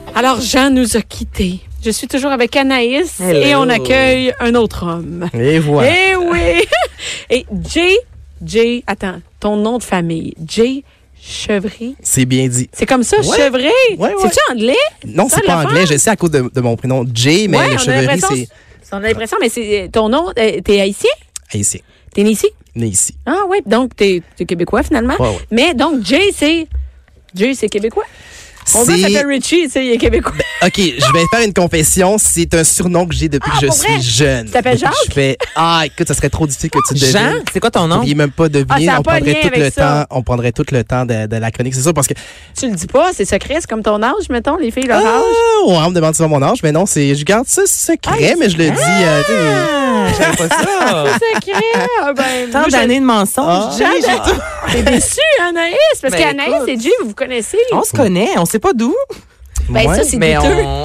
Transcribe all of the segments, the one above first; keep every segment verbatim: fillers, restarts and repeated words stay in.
Alors, Jean nous a quittés. Je suis toujours avec Anaïs Hello. Et on accueille un autre homme. Et voilà. Eh oui! Et Jay, Jay, attends, ton nom de famille, Jay Chevry. C'est bien dit. C'est comme ça, Ouais. Chevry? Ouais, ouais. C'est-tu anglais? Non, Ça, c'est pas l'affaire? anglais. Je sais à cause de, de mon prénom Jay, mais Ouais, le on a chevrerie, l'impression- c'est On a l'impression, mais c'est ton nom, euh, t'es haïtien? haïtien. T'es né ici? Né ici. Ah oui, donc t'es es québécois finalement. Ouais, ouais. Mais donc Jay, c'est. Jay, c'est québécois. Mon gars C'est- s'appelle Richie, tu sais, il est québécois. OK, je vais faire une confession. C'est un surnom que j'ai depuis Ah, que je pour suis vrai? jeune. Tu t'appelles Depuis que Jacques? Je fais, ah, écoute, ça serait trop difficile que tu devines. Jean, c'est quoi ton Vous nom? pourriez même pas deviner. Ah, ça a on pas prendrait lien tout avec le ça. temps. On prendrait tout le temps de, de la chronique. C'est sûr parce que. Tu le dis pas, c'est secret, c'est comme ton âge, mettons, les filles, leur Ah, âge. ouais, on me demande souvent mon âge, mais non, c'est, je garde ça secret, Ah, mais je le dis. euh, tu sais, Ah, je savais pas ça. C'est secret. Ah, ben, Tant moi, je- d'années de mensonges. Ah. J'adore. T'es déçu, Anaïs, parce Ben, qu'Anaïs écoute. et Jay, vous vous connaissez. On se connaît, on sait pas d'où. Ben, ouais. ça, c'est Mais douteux. on.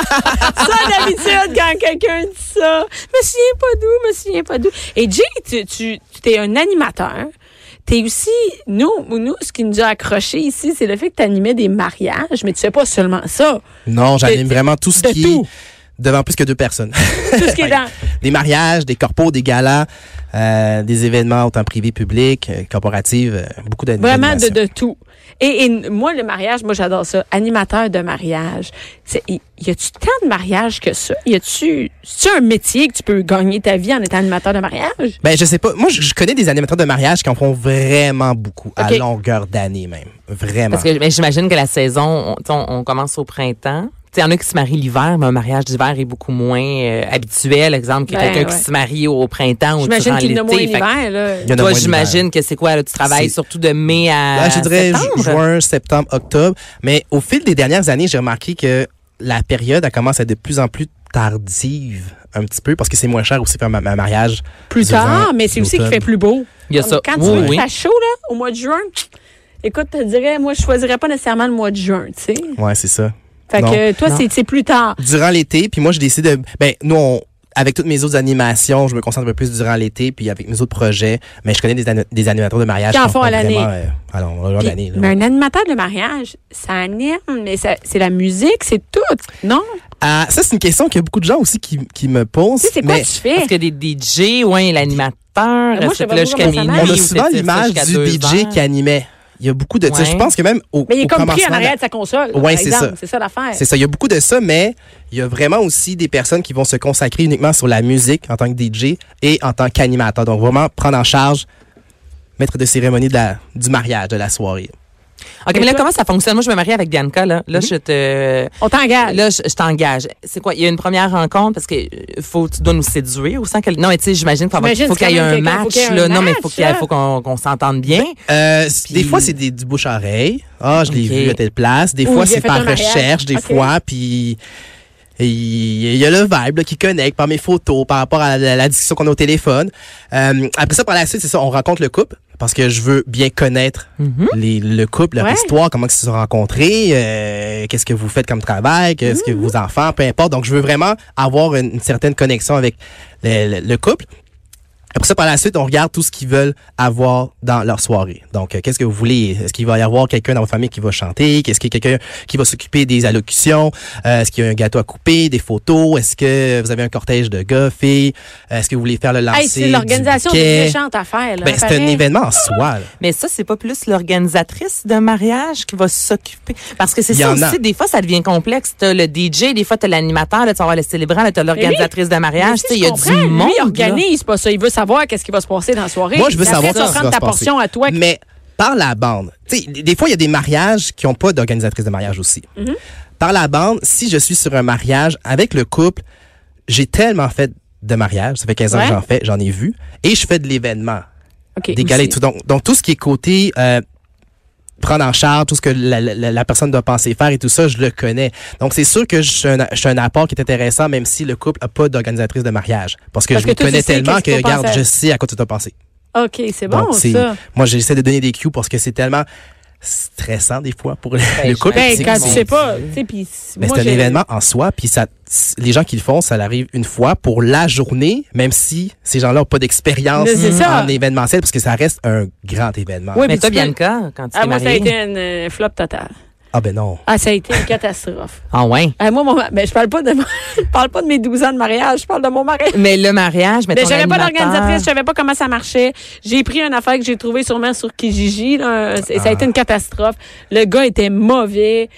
Ça, d'habitude, quand quelqu'un dit ça, me souviens pas d'où, me souviens pas d'où. Et Jay, tu, tu, tu es un animateur. T'es aussi, nous, nous, ce qui nous a accroché ici, c'est le fait que tu animais des mariages, mais tu fais pas seulement ça. Non, j'anime De- vraiment tout ce de qui tout. est devant plus que deux personnes. Tout ce qui est dans. Des mariages, des corpos, des galas, euh, des événements autant privés, publics, euh, corporatifs, euh, beaucoup d'animations. Vraiment de, de tout. Et, et moi, le mariage, moi, j'adore ça. Animateur de mariage. C'est, y, y a-tu tant de mariages que ça? Y a-tu, c'est un métier que tu peux gagner ta vie en étant animateur de mariage? Ben, je sais pas. Moi, je je connais des animateurs de mariage qui en font vraiment beaucoup, à OK. longueur d'année même. Vraiment. Parce que ben, j'imagine que la saison, on, tu sais, on, on commence au printemps. Il y en a qui se marient l'hiver, mais un mariage d'hiver est beaucoup moins euh, habituel. Exemple, que Ben, quelqu'un ouais. qui se marie au printemps ou J'imagine durant qu'il y en a moins l'été. Fait que l'hiver, là. Il y en a Toi, moins j'imagine que c'est quoi? Là, tu travailles C'est- surtout de mai à Ah, je dirais ju- septembre? juin, septembre, octobre. Mais au fil des dernières années, j'ai remarqué que la période, elle commence à être de plus en plus tardive, un petit peu, parce que c'est moins cher aussi faire ma- un mariage. Plus durant tard, mais c'est aussi qu'il l'automne. fait plus beau. Il y a ça. Quand tu Oui, veux oui. qu'il fasse chaud, là, au mois de juin, écoute, je te dirais, moi, je choisirais pas nécessairement le mois de juin, tu sais. Ouais, c'est ça. Fait Non. que toi, Non. c'est, c'est plus tard. Durant l'été, puis moi, je décide de... Ben, nous, on- avec toutes mes autres animations, je me concentre un peu plus durant l'été, puis avec mes autres projets. Mais je connais des, ani- des animateurs de mariage Qui en font à l'année. vraiment, euh, à longueur Puis- d'année, là. mais un animateur de mariage, ça anime, mais ça, c'est la musique, c'est tout, non? Ah, ça, c'est une question qu'il y a beaucoup de gens aussi qui, qui me posent. Tu sais, c'est quoi mais tu fais? Parce que des D J, ouais, l'animateur, moi, je est-ce sais que pas là beaucoup jusqu'à comment ça minuit marche. on a ou souvent c'est- c'est l'image jusqu'à du deux D J heures? qui animait. Il y a beaucoup de... tu sais, Ouais. Je pense que même au, Mais il est au comme pris en commencement, arrière de sa console. Ouais, par c'est exemple. ça. C'est ça l'affaire. C'est ça. Il y a beaucoup de ça, mais il y a vraiment aussi des personnes qui vont se consacrer uniquement sur la musique en tant que D J et en tant qu'animateur. Donc, vraiment prendre en charge, maître de cérémonie de la, du mariage, de la soirée. OK, mais là, comment ça fonctionne? Moi, je me marie avec Bianca, là. Là, je te... On t'engage. Là, je, je t'engage. C'est quoi? Il y a une première rencontre parce que euh, faut, tu dois nous séduire ou sans qu'elle. Non, mais tu sais, j'imagine qu'il faut, avoir- J'imagine faut c'est qu'il y ait quand un même quelqu'un, faut match, qu'il y ait un là. Non, mais match, faut qu'il y ait- là. faut qu'on, qu'on s'entende bien. Euh, Puis- Des fois, c'est des, du bouche-oreille. Ah, je l'ai Ok. vu à telle place. Des Ou fois, il a c'est fait par un mariage. recherche, des Ok. fois. Puis, il il y a le vibe là, qui connecte par mes photos, par rapport à la, la discussion qu'on a au téléphone. Euh, après ça, par la suite, c'est ça, on rencontre le couple. Parce que je veux bien connaître les, le couple, leur Ouais. histoire, comment ils se sont rencontrés, euh, qu'est-ce que vous faites comme travail, qu'est-ce que vos enfants, peu importe. Donc, je veux vraiment avoir une, une certaine connexion avec le, le- le couple. Après ça, par la suite, on regarde tout ce qu'ils veulent avoir dans leur soirée. Donc, euh, qu'est-ce que vous voulez? Est-ce qu'il va y avoir quelqu'un dans votre famille qui va chanter? Qu'est-ce qu'il y a quelqu'un qui va s'occuper des allocutions? Euh, est-ce qu'il y a un gâteau à couper, des photos? Est-ce que vous avez un cortège de gars, filles? Est-ce que vous voulez faire le lancer Hey, c'est l'organisation du de bouquet? méchante affaire. Là, Ben, c'est un pareil. événement en soi. là. Mais ça, c'est pas plus l'organisatrice de mariage qui va s'occuper. Parce que c'est Il y ça en a. aussi, des fois, ça devient complexe. T'as le D J, des fois, t'as l'animateur, là, tu vas avoir le célébrant, là, t'as l'organisatrice de Mais mariage. si Tu sais, il je y a comprends, du monde. Lui, il là. organise pas ça. Il veut savoir qu'est-ce qui va se passer dans la soirée. Moi, je veux Puis après, savoir tu vas ce qui prendre va ta se passer. portion à toi. Mais par la bande, tu sais, des des fois, il y a des mariages qui n'ont pas d'organisatrice de mariage aussi. Mm-hmm. Par la bande, si je suis sur un mariage avec le couple, j'ai tellement fait de mariages, ça fait quinze ans Ouais. que j'en fais, j'en ai vu, et je fais de l'événement, OK, des galas et aussi. tout. Donc, donc, tout ce qui est côté euh, prendre en charge, tout ce que la, la, la personne doit penser faire et tout ça, je le connais. Donc, c'est sûr que je suis un, je suis un apport qui est intéressant, même si le couple n'a pas d'organisatrice de mariage. Parce que Parce je que me toi, tu connais sais tellement qu'est-ce que, qu'il faut regarde, penser. je sais à quoi tu dois penser. OK, c'est bon, Donc, c'est- ça. moi, j'essaie de donner des cues parce que c'est tellement stressant des fois pour le, le couple. Ben, C'est- quand tu c'est- sais pas, tu sais, puis mais moi, c'est un j'ai- événement en soi, puis ça, les gens qui le font, ça arrive une fois pour la journée, même si ces gens-là n'ont pas d'expérience Mais c'est ça. en événementiel, parce que ça reste un grand événement. Oui, Mais puis toi, tu peux- Bianca, quand tu Ah, t'es moi, ça a mariée. été un euh, flop total. Ah ben non. Ah, ça a été une catastrophe. Ah ouais. Ah, moi, mon, ben, je parle pas de, je parle pas de mes douze ans de mariage, je parle de mon mariage. Mais le mariage, mais Mais ton j'avais pas animateur- d'organisatrice, je savais pas comment ça marchait. J'ai pris une affaire que j'ai trouvée sûrement sur Kijiji, là. Et ça a été une catastrophe. Le gars était mauvais.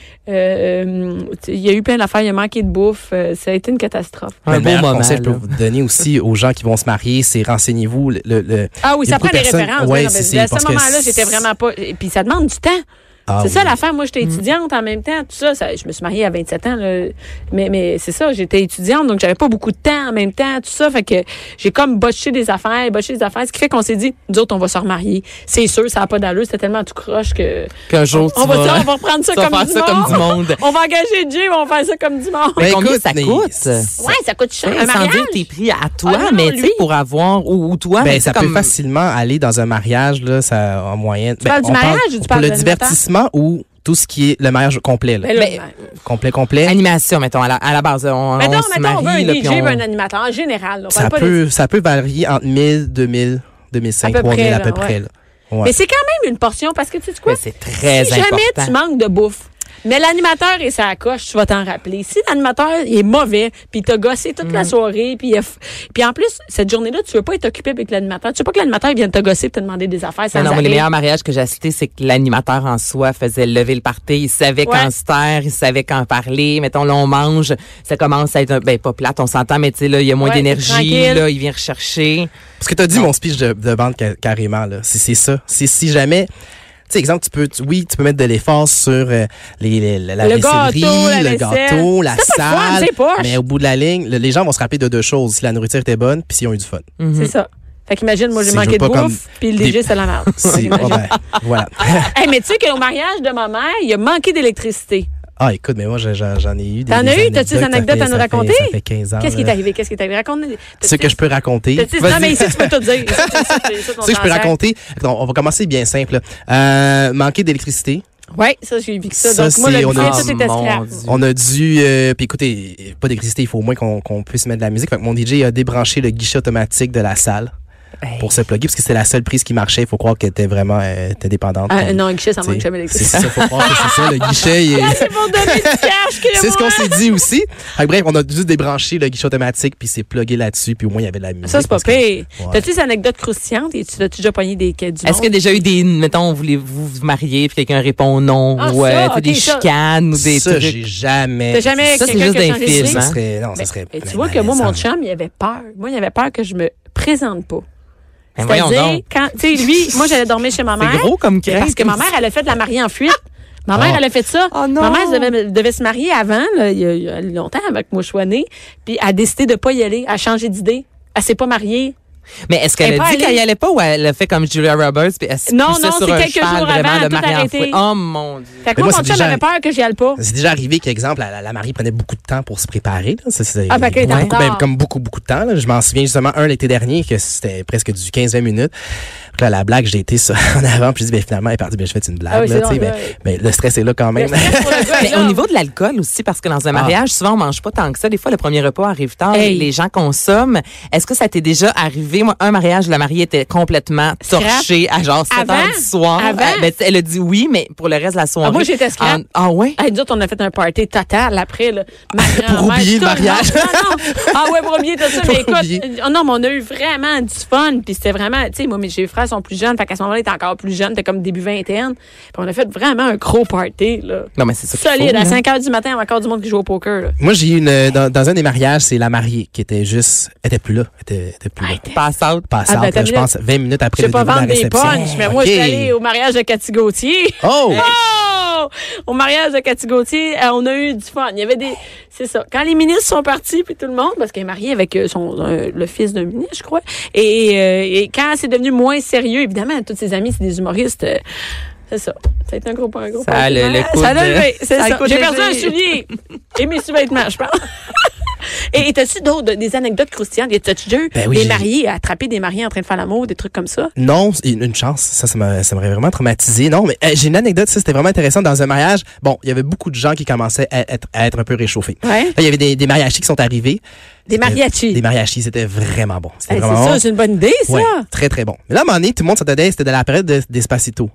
Euh, il y a eu plein d'affaires, il a manqué de bouffe. Euh, ça a été une catastrophe. Un le beau meilleur moment, conseil que je peux là. vous donner aussi aux gens qui vont se marier, c'est renseignez-vous. Le, le, le- Ah oui, il y a ça prend beaucoup des de personnes- références. Ouais, là. c'est- Mais c'est à ce parce que moment-là, c'est- j'étais vraiment pas. Et puis ça demande du temps. Ah c'est ça oui. l'affaire. Moi, j'étais étudiante en même temps. Tout ça, ça je me suis mariée à vingt-sept ans. Là. Mais, mais c'est ça, j'étais étudiante, donc j'avais pas beaucoup de temps en même temps. Tout ça, fait que j'ai comme botché des affaires, botché des affaires. Ce qui fait qu'on s'est dit, nous autres, on va se remarier. C'est sûr, ça n'a pas d'allure. C'était tellement tout croche que. Qu'un jour, On tu va, vas, ça, on va reprendre ça, tu vas comme, faire du ça comme du monde. On va engager Jay, on va faire ça comme du monde. Mais Ben, combien écoute, ça mais- coûte? Ouais, ça coûte cher. Un Sans mariage. dire tes prix à toi, Ah non, mais tu sais, lui. pour avoir, ou, ou toi, mais Ben, tu ça sais, peut comme, facilement aller dans un mariage, là, ça, en moyenne. Tu parles du mariage ou tu pour parles le de l'animateur? divertissement ou tout ce qui est le mariage complet, là. Ben là, Ben, ben, Complet, complet. animation, mettons, à la, à la base. On, mettons, on se mettons, on veut marie, un là, D J puis on- ou un animateur, en général. là, on Ça parle pas de- peut, ça peut varier entre mille, deux mille, deux mille cinq, À peu trois mille près, à peu là, près, ouais. là. Ouais. Mais c'est quand même une portion parce que tu sais quoi? Mais c'est très si important. jamais tu manques de bouffe, mais l'animateur est sa coche, tu vas t'en rappeler. Si l'animateur il est mauvais, puis il t'a gossé toute Mm. la soirée, puis il a f- puis en plus cette journée-là, tu veux pas être occupé avec l'animateur. Tu veux pas que l'animateur il vienne te gosser, et te demander des affaires sans Mais non, mais arrêt. les meilleurs mariages que j'ai assistés, c'est que l'animateur en soi faisait lever le party. Il savait Ouais. quand se taire, il savait quand parler. Mettons, là, on mange, ça commence à être un, ben, pas plate, on s'entend, mais tu sais, là, il y a moins Ouais, d'énergie, tranquille. là, il vient rechercher. Parce que tu as dit mon speech de, de vente ca- carrément, là. C'est c'est ça. C'est si jamais. Tu sais, exemple, tu peux, tu- oui, tu peux mettre de l'effort sur euh, les, les- la Le vaissellerie, gâteau, la le vaisselle. gâteau, la C'est pas le fun, salle. c'est poche. Mais au bout de la ligne, le- les gens vont se rappeler de deux choses. Si la nourriture était bonne, puis s'ils ont eu du fun. C'est ça. Fait qu'imagine, moi, j'ai Si je manqué veux de pas comme bouffe, puis le des- D J, c'est la merde. C'est, oh, ben, voilà. Hey, mais tu sais qu'au mariage de ma mère, il a manqué d'électricité. Ah, écoute, mais moi, j'en, j'en ai eu des T'en des as eu? T'as-tu des ça anecdotes fait- à nous ça fait- raconter? Ça fait quinze ans. Qu'est-ce qui est là. arrivé? Qu'est-ce qui est arrivé? Raconte. Ce que je peux raconter. T'as-tu- Non, mais ici, tu peux tout dire. Ici, c'est- c'est ça qu'on Ce que je s'en peux sert. raconter. On, on va commencer bien simple. là. Euh, manquer d'électricité. Oui, ça, j'ai vu que ça. Ça, Donc, moi, c'est- le on buffet, a- tout était Oh, mon scrap. Dieu. On a dû... Euh, puis écoutez, pas d'électricité, il faut au moins qu'on, qu'on puisse mettre de la musique. Fait que mon D J a débranché le guichet automatique de la salle Hey. pour se plugger, parce que c'était la seule prise qui marchait. Il faut croire qu'elle était vraiment euh, était dépendante. Ah, Comme, non, un guichet, ça manque t'sais, jamais C'est d'électricité. ça, faut croire que c'est ça. Le guichet, il est- Ah, c'est pour donner du cash que c'est ce moi. qu'on s'est dit aussi. Fait que bref, on a dû débrancher le guichet automatique, puis c'est plugué là-dessus, puis au moins il y avait de la musique. Ça, c'est pas parce que- pire. Ouais. T'as-tu des anecdotes croustillantes et tu as déjà pogné des quais du Est-ce monde? qu'il y a déjà eu des, mettons, voulez-vous vous marier, puis quelqu'un répond non, Ah, ou ça, euh, tu sais, ok, des ça. chicanes, ou des Ça, trucs. j'ai jamais. T'as jamais Ça, c'est quelqu'un juste qui a d'un changé film, de Ça hein. idée? serait, non, ça Mais- serait. mais tu vois que moi, mon malaisant. chum, il avait peur. Moi, il avait peur que je me présente pas. Ben, voyons C'est-à-dire, donc. quand, tu sais, lui, moi, j'allais dormir chez ma mère. C'est gros comme crainte. Parce que ma mère, elle a fait de la mariée en fuite. Ma mère, Oh. elle a fait ça. Oh non. Ma mère devait, devait se marier avant, là, il, y a, il y a longtemps, avec moi, je suis née. Puis elle a décidé de pas y aller. Elle a changé d'idée. Elle s'est pas mariée. Mais est-ce qu'elle Elle est a pas dit allée. qu'elle y allait pas, ou elle a fait comme Julia Roberts, puis elle se Non, poussait non, sur c'est un quelques cheval, jours vraiment, avant, le tout marié en arrêté. fouet. Oh mon Dieu. Fait que Mais moi, moi, mon c'est chum déjà- avait peur que j'y aille pas. C'est déjà arrivé qu'exemple, la, la, la mariée prenait beaucoup de temps pour se préparer. Là. Ça, c'est, Ah, ben, qu'elle était en beaucoup, retard. ben, comme beaucoup, beaucoup de temps. Là. Je m'en souviens justement un l'été dernier, que c'était presque du quinze vingt minutes. Puis là, la blague, j'ai été ça en avant, puis je dis, ben, finalement, elle est partie, ben, je fais une blague. Ah oui, là, c'est tu sais, drôle, mais, ouais. mais le stress est là quand même. Le stress pour le gars est Mais là. au niveau de l'alcool aussi, parce que dans un mariage, souvent, on mange pas tant que ça. Des fois, le premier repas arrive tard, Hey. les gens consomment. Est-ce que ça t'est déjà arrivé? Moi, un mariage, la mariée était complètement Scrap. torchée à genre sept Avant? heures du soir. Avant? Euh, ben, elle a dit oui, mais pour le reste de la soirée. Ah, moi, j'étais scrap. Ah, ah ouais? Hey, nous autres, on a fait un party total après. Là. Ma Pour grand-mère, oublier le tout mariage. monde. Non, non. Ah ouais, pour oublier tout ça. Pour Mais écoute, oublier. oh non, mais on a eu vraiment du fun. Puis c'était vraiment, tu sais, moi, mes j'ai frères sont plus jeunes. Fait qu'à ce moment-là, ils étaient encore plus jeunes. C'était comme début vingtaine. Puis on a fait vraiment un gros party. Là. Non, mais c'est ça. qu'il Solide. faut, À là. cinq heures du matin, il y avait encore du monde qui joue au poker. Là. Moi, j'ai eu une, dans, dans un des mariages, c'est la mariée qui était juste, elle était plus là. Elle était, était plus là. Pass out. Passante, Ah, ben, t'as là, je vu, pense, vingt minutes après Je le vais pas début de la vendre des réception. punchs, mais moi, Ok. je suis allée au mariage de Cathy Gauthier. Oh! Oh! Au mariage de Cathy Gauthier, euh, on a eu du fun. Il y avait des. C'est ça. Quand les ministres sont partis, puis tout le monde, parce qu'elle est mariée avec euh, son, euh, le fils d'un ministre, je crois. Et, euh, et quand c'est devenu moins sérieux, évidemment, tous ses amis, c'est des humoristes. euh, c'est ça. Ça a été un gros, un gros Ça a le- le coup Ça a de- levé, c'est ça a ça. le coup de J'ai perdu un léger. soulier. Et mes sous-vêtements, je pense. Et et t'as-tu d'autres, des anecdotes croustillantes? T'as-tu déjà eu Ben oui, des j'ai- mariés, attraper des mariés en train de faire l'amour, des trucs comme ça? Non, c'est une une chance. Ça, ça m'a- ça m'aurait vraiment traumatisé. Non, mais euh, j'ai une anecdote. Ça, c'était vraiment intéressant. Dans un mariage, bon, il y avait beaucoup de gens qui commençaient à être, à être un peu réchauffés. Ouais. Là, il y avait des, des mariachis qui sont arrivés. Des mariachis. Des mariachis, c'était vraiment bon. C'était Hey, vraiment c'est bon. ça, c'est une bonne idée, ça. Ouais, très, très bon. Mais là, à un moment donné, tout le monde s'attendait, c'était de la période de Despacito.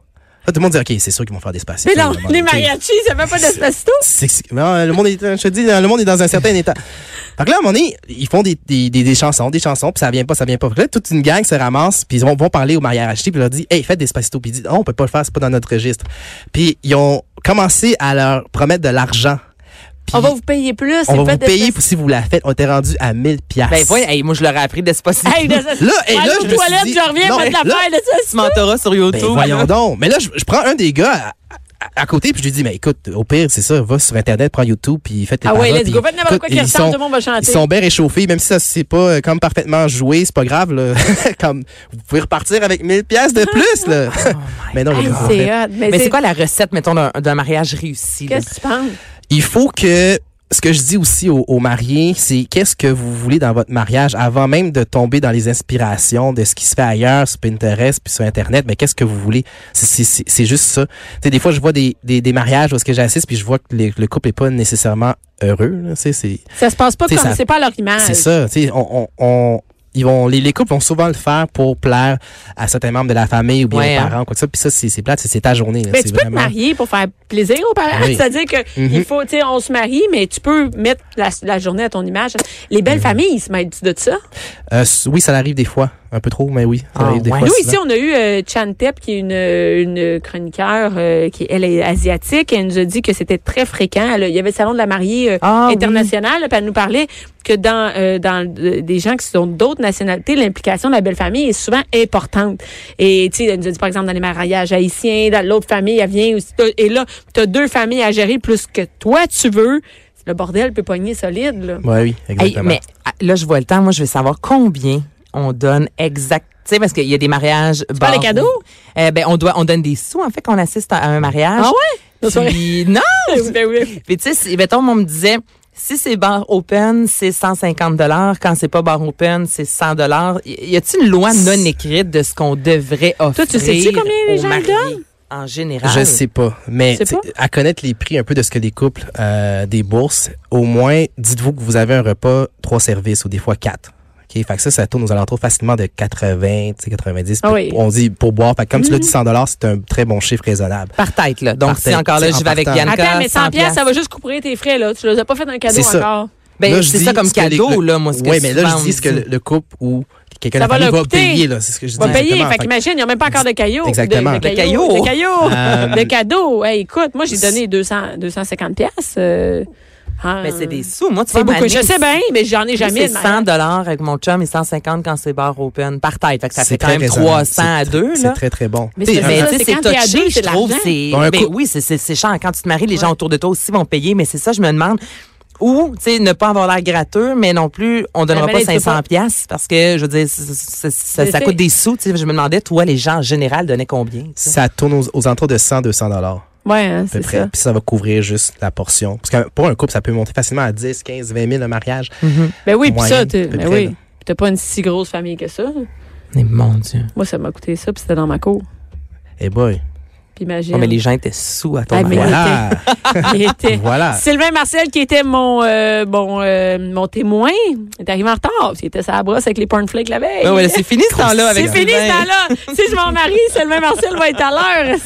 Là, tout le monde dit, OK, c'est sûr qu'ils vont faire Despacito. Mais non, là, les tu sais. mariachis, ça fait pas Despacito. C'est, c'est, non, le monde est, je te dis, le monde est dans un certain état. Donc là, à un moment donné, ils font des, des, des, des chansons, des chansons, puis ça vient pas, ça vient pas. Puis là, toute une gang se ramasse, puis ils vont, vont parler au mariachi, puis ils leur disent, hey, faites Despacito. Puis ils disent, oh, on peut pas le faire, c'est pas dans notre registre. Puis ils ont commencé à leur promettre de l'argent. Puis On va vous payer plus. on c'est va fait vous payer Despacito. pour si vous la faites. On était rendu à mille piastres. Ben, voyons, hey, moi, je leur ai appris Despacito. Hey, là, Là, et là, je me aux suis toilettes, dit- je reviens non, mettre là- l'affaire de ça. Tu m'entauras sur YouTube. Ben, voyons donc. Mais là, je, je prends un des gars à, à, à côté, puis je lui dis, mais écoute, au pire, c'est ça, va sur Internet, prends YouTube, puis faites tes Ah ouais, paroles, let's puis go. Faites n'importe écoute, quoi qui ils ressemble, sont- tout le monde va chanter. Ils sont bien réchauffés, même si ça c'est pas euh, comme parfaitement joué, c'est pas grave là. Comme vous pouvez repartir avec mille pièces de plus là. mais non, Hey, mais non, en c'est fait, hot. Mais, Mais c'est quoi la recette, mettons, d'un, d'un mariage réussi? là? Qu'est-ce que tu penses? il faut que ce que je dis aussi aux, aux mariés, c'est qu'est-ce que vous voulez dans votre mariage avant même de tomber dans les inspirations de ce qui se fait ailleurs sur Pinterest puis sur Internet. Mais qu'est-ce que vous voulez? C'est, c'est, c'est, c'est juste ça. Tu sais, des fois, je vois des, des, des mariages où est-ce que j'assiste puis je vois que les- le couple est pas nécessairement heureux. Là, tu sais, c'est, Ça se passe pas T'sais, comme, ça- c'est pas leur image. c'est ça. Tu sais, on, on, on- ils vont, les, les couples vont souvent le faire pour plaire à certains membres de la famille ou bien Ouais, aux hein. parents, quoi que ça. Puis ça, c'est, c'est plate, c'est, c'est ta journée. Là. Mais c'est tu peux vraiment... te marier pour faire plaisir aux parents. Oui. C'est-à-dire que Mhm. il faut, tu sais, on se marie, mais tu peux mettre la, la journée à ton image. Les belles familles, ils se mêlent de ça. Euh, s- oui, ça arrive des fois. Un peu trop, mais oui. Ça Ah, arrive des ouais. fois. Nous, souvent. ici, on a eu euh, Chan Tep, qui est une, une chroniqueur, euh, qui elle est asiatique. Elle nous a dit que c'était très fréquent. Elle- il y avait le salon de la mariée euh, Ah, oui. international. Puis elle nous parlait que dans, euh, dans euh, des gens qui sont d'autres nationalités, l'implication de la belle famille est souvent importante. Et tu sais, elle nous a dit, par exemple, dans les mariages haïtiens, dans l'autre famille, elle vient aussi. t'as- Et là, tu as deux familles à gérer plus que toi, tu veux. Le bordel peut pogner solide, là. Ouais, oui, Hey, exactement. mais ah, là, je vois le temps. Moi, je veux savoir combien on donne exact. Tu sais, parce qu'il y a des mariages. Tu parles bar- de cadeaux? Euh, ben, on doit, on donne des sous, en fait, qu'on assiste à un mariage. Ah ouais? Puis, non! Ben oui. Puis, tu sais, si- mettons, on me disait, si c'est bar open, c'est cent cinquante dollars. Quand c'est pas bar open, c'est cent dollars. Y y a-t-il une loi non écrite de ce qu'on devrait offrir? tu sais-tu combien les aux gens mariés donnent? En général. Je sais pas, mais Tu sais t'sais, à connaître les prix un peu de ce que les couples euh, des bourses, au moins, dites-vous que vous avez un repas, trois services ou des fois quatre. OK? Fait que ça, ça tourne aux alentours facilement de quatre-vingts, tu sais, quatre-vingt-dix. Ah Puis oui. On dit pour boire. Fait que comme tu l'as dit, cent dollars, c'est un très bon chiffre raisonnable. Par tête, là. Donc, Par si tête. encore là, T'sais, je vais en avec partant. Bianca. Attends, mais cent cent piastres, ça va juste couvrir tes frais, là. Tu les as pas fait un cadeau C'est ça. encore. Ben, Là, je c'est dis ça comme ce que les- cadeau, le- là, moi, ce que Oui, mais là, souvent je dis on ce que me le, le couple ou quelqu'un de Ça la va famille leur va coûter. payer, là. C'est ce que je dis. Va payer. exactement. Fait qu'imagine, il n'y a même pas encore de caillots. Exactement. De, de De caillots. caillots. De caillots. Euh, De cadeaux. Hey, écoute, moi, j'ai donné deux cents, deux cent cinquante piastres. euh, ah, Mais c'est des sous. Moi, tu C'est vois, beaucoup. ma Je nièce, sais bien, mais j'en ai moi, jamais. c'est de cent mariage. dollars avec mon chum et cent cinquante quand c'est bar open par tête. Fait que ça C'est fait quand très même raisonnable. trois cents à C'est- deux, C'est là. très, très bon. Mais T'sais, c'est Mais ça, tu sais, c'est c'est quand t'es à touché, deux, c'est je trouve. l'argent. C'est, Bon, un ben coup- oui, c'est, c'est, c'est chiant. Quand tu te maries, les gens Ouais. autour de toi aussi vont payer, mais c'est ça, je me demande. Ou, tu sais, ne pas avoir l'air gratteux, mais non plus, on donnera mais pas là, tu peux cinq cents pas. piastres parce que, je veux dire, c'est- c'est- ça, Mais ça c'est- coûte des sous. Tu sais, je me demandais, toi, les gens en général donnaient combien? tu sais? Ça tourne aux, aux alentours de cent, deux cents dollars. Ouais, hein, À peu c'est près. ça. Puis ça va couvrir juste la portion. Parce que pour un couple, ça peut monter facilement à dix, quinze, vingt mille le mariage. Mhm. Ben oui, puis ça, Moyenne, t'es- à peu ben près, oui. là. T'as pas une si grosse famille que ça. Mais mon Dieu. Moi, ça m'a coûté ça, puis c'était dans ma cour. Eh boy. Puis imagine. Oh, mais les gens étaient sous à ton Ah, mais- mariage. Voilà. Il était- Voilà. Sylvain Marcel, qui était mon euh, bon, euh, mon témoin, est arrivé en retard. Il était sur la brosse avec les cornflakes la veille. Ouais, ouais, c'est fini ce temps-là avec C'est fini ce Sylvain. temps-là. Si je m'en marie, Sylvain Marcel va être à l'heure.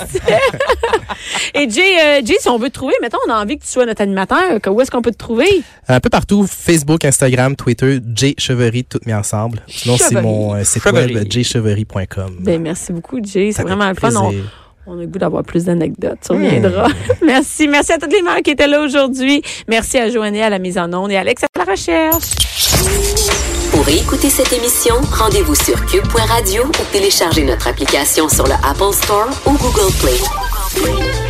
Et Jay, euh, Jay, si on veut te trouver, mettons, on a envie que tu sois notre animateur. que- Où est-ce qu'on peut te trouver? Un peu partout, Facebook, Instagram, Twitter, Jay Chevery, toutes mis ensemble. Sinon, c'est Chevery. mon euh, site Chevery. web, jay chevery point com. Ben, merci beaucoup, Jay. C'est Ça fait vraiment le fun. On, plaisir. on a le goût d'avoir plus d'anecdotes. Tu reviendras. Merci. Merci à toutes les mères qui étaient là aujourd'hui. Merci à Joanne à la mise en onde et à Alex à la recherche. Pour écouter cette émission, rendez-vous sur cube point radio ou téléchargez notre application sur le Apple Store ou Google Play.